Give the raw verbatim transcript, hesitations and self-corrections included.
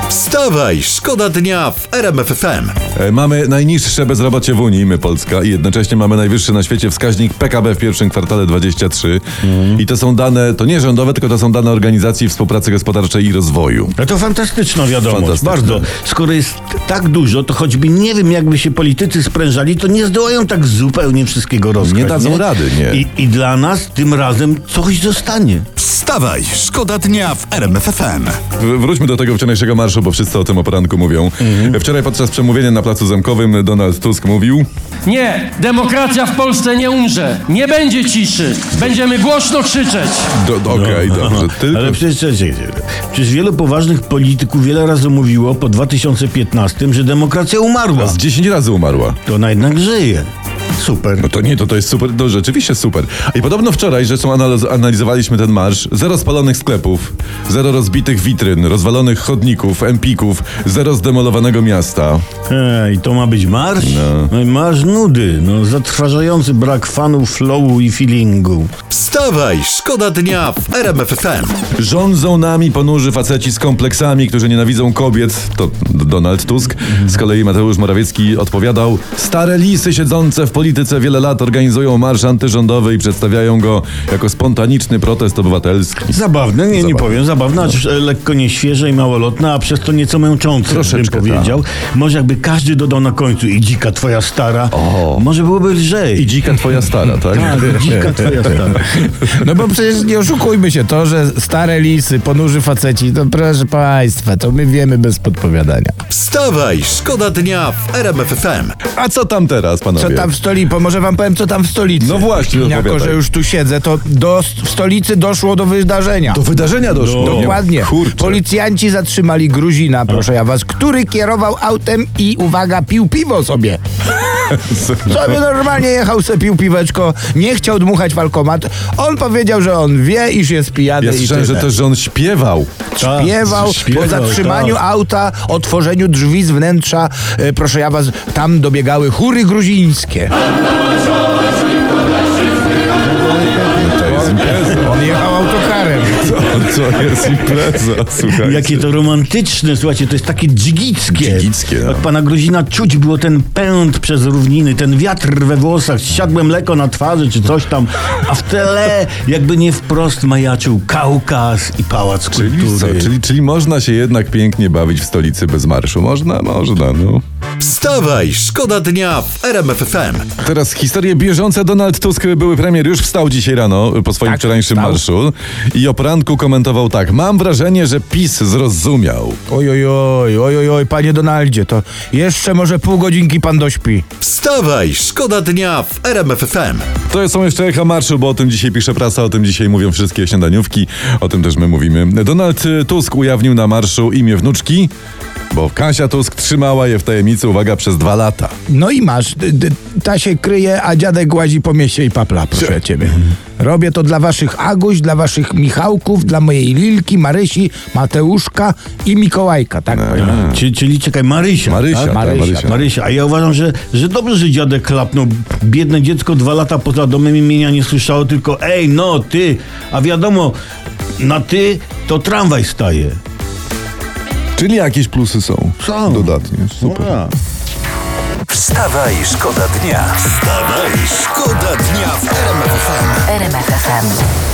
Wstawaj, szkoda dnia w R M F F M. E, Mamy najniższe bezrobocie w Unii, my Polska, i jednocześnie mamy najwyższy na świecie wskaźnik P K B w pierwszym kwartale dwadzieścia trzy. Mm. I to są dane, to nie rządowe, tylko to są dane Organizacji Współpracy Gospodarczej i Rozwoju. No to fantastyczna wiadomość, Fantastyczne. bardzo. Skoro jest tak dużo, to choćby nie wiem, jakby się politycy sprężali, to nie zdołają tak zupełnie wszystkiego rozgrać. Nie dadzą rady, nie. I, I dla nas tym razem coś zostanie. Wstawaj, szkoda dnia w R M F F M. W- Wróćmy do tego wczorajszego marszu, bo wszyscy o tym o poranku mówią. Mhm. Wczoraj podczas przemówienia na Placu Zamkowym Donald Tusk mówił: Nie, demokracja w Polsce nie umrze. Nie będzie ciszy. Będziemy głośno krzyczeć. do, do, Okej, dobrze. Tylko... Ale przecież, przecież, przecież wielu poważnych polityków wiele razy mówiło po dwa tysiące piętnastym, że demokracja umarła. Z dziesięć razy umarła. To ona jednak żyje. Super. No to nie, to, to jest super, to rzeczywiście super. I podobno wczoraj, zresztą analiz- analizowaliśmy ten marsz, zero spalonych sklepów, zero rozbitych witryn, rozwalonych chodników, empików, zero zdemolowanego miasta. Ej, to ma być marsz? No. No i marsz nudy, no zatrważający brak fanu, flowu i feelingu. Wstawaj, szkoda dnia w R M F F M. Rządzą nami ponurzy faceci z kompleksami, którzy nienawidzą kobiet. To Donald Tusk. Z kolei Mateusz Morawiecki odpowiadał: stare lisy siedzące w polityce wiele lat organizują marsz antyrządowy i przedstawiają go jako spontaniczny protest obywatelski. Zabawne, nie, nie Zabawne. powiem, zabawne, acz e, lekko nieświeże i małolotne, a przez to nieco męczące, Troszeczkę, bym powiedział. Może jakby każdy dodał na końcu i dzika twoja stara, O. może byłoby lżej. I dzika twoja stara, tak? Tak, dzika twoja stara. No bo przecież nie oszukujmy się, to, że stare lisy, ponurzy faceci, to proszę państwa, to my wiemy bez podpowiadania. Wstawaj, szkoda dnia w R M F F M. A co tam teraz, panowie? Co tam w stolicy, może wam powiem, co tam w stolicy. No właśnie, Jako, opowiadaj. że już tu siedzę, to do, w stolicy doszło do wydarzenia. Do wydarzenia doszło. No. Dokładnie. Kurczę. Policjanci zatrzymali Gruzina, proszę ja was, który kierował autem i, uwaga, pił piwo sobie. Sobie normalnie jechał, se pił piweczko, nie chciał dmuchać w alkomat. On powiedział, że on wie, iż jest pijany Ja i słyszałem, że tyle. też, że on śpiewał. Tak, Śpiewał, śpiewał, po zatrzymaniu tak. auta, otworzeniu drzwi z wnętrza, e, proszę ja was, tam dobiegały chóry gruzińskie. To jest impreza. On jechał autokarem. Co, co jest impreza, słuchajcie. Jakie to romantyczne, słuchajcie, to jest takie dżigickie. Dżigickie, no. Od pana Gruzina czuć było ten pęd przez równiny, ten wiatr we włosach, siadłe mleko na twarzy czy coś tam, a w tle jakby nie wprost majaczył Kaukaz i Pałac Czyli co? Kultury. Czyli, czyli można się jednak pięknie bawić w stolicy bez marszu. Można, można, no. Wstawaj, szkoda dnia w R M F F M. Teraz historie bieżące. Donald Tusk, były premier, już wstał dzisiaj rano po swoim Tak, wczorajszym wstał. marszu i o poranku komentował tak: mam wrażenie, że PiS zrozumiał. Oj, oj, oj, oj, oj, oj, panie Donaldzie, to jeszcze może pół godzinki pan dośpi. Wstawaj, szkoda dnia w R M F F M. To są jeszcze echa marszu, bo o tym dzisiaj pisze prasa, o tym dzisiaj mówią wszystkie śniadaniówki, o tym też my mówimy. Donald Tusk ujawnił na marszu imię wnuczki, bo Kasia Tusk trzymała je w tajemnicy, uwaga, przez dwa lata. No i masz, d- d- ta się kryje, a dziadek łazi po mieście i papla, proszę ciebie. Robię to dla waszych Aguś, dla waszych Michałków, dla mojej Lilki, Marysi, Mateuszka i Mikołajka, tak powiem. Czyli, czyli czekaj, Marysia. Marysia, tak? tak, Marysia. Marysia. Marysia, a ja uważam, że, że dobrze, że dziadek klapnął. Biedne dziecko dwa lata poza domem imienia nie słyszało, tylko ej, no ty, a wiadomo, na ty to tramwaj staje. Czyli jakieś plusy są. Są. Dodatnie, super. No, Wstawaj, szkoda dnia. Wstawaj, szkoda dnia w R M F F M. R M F F M.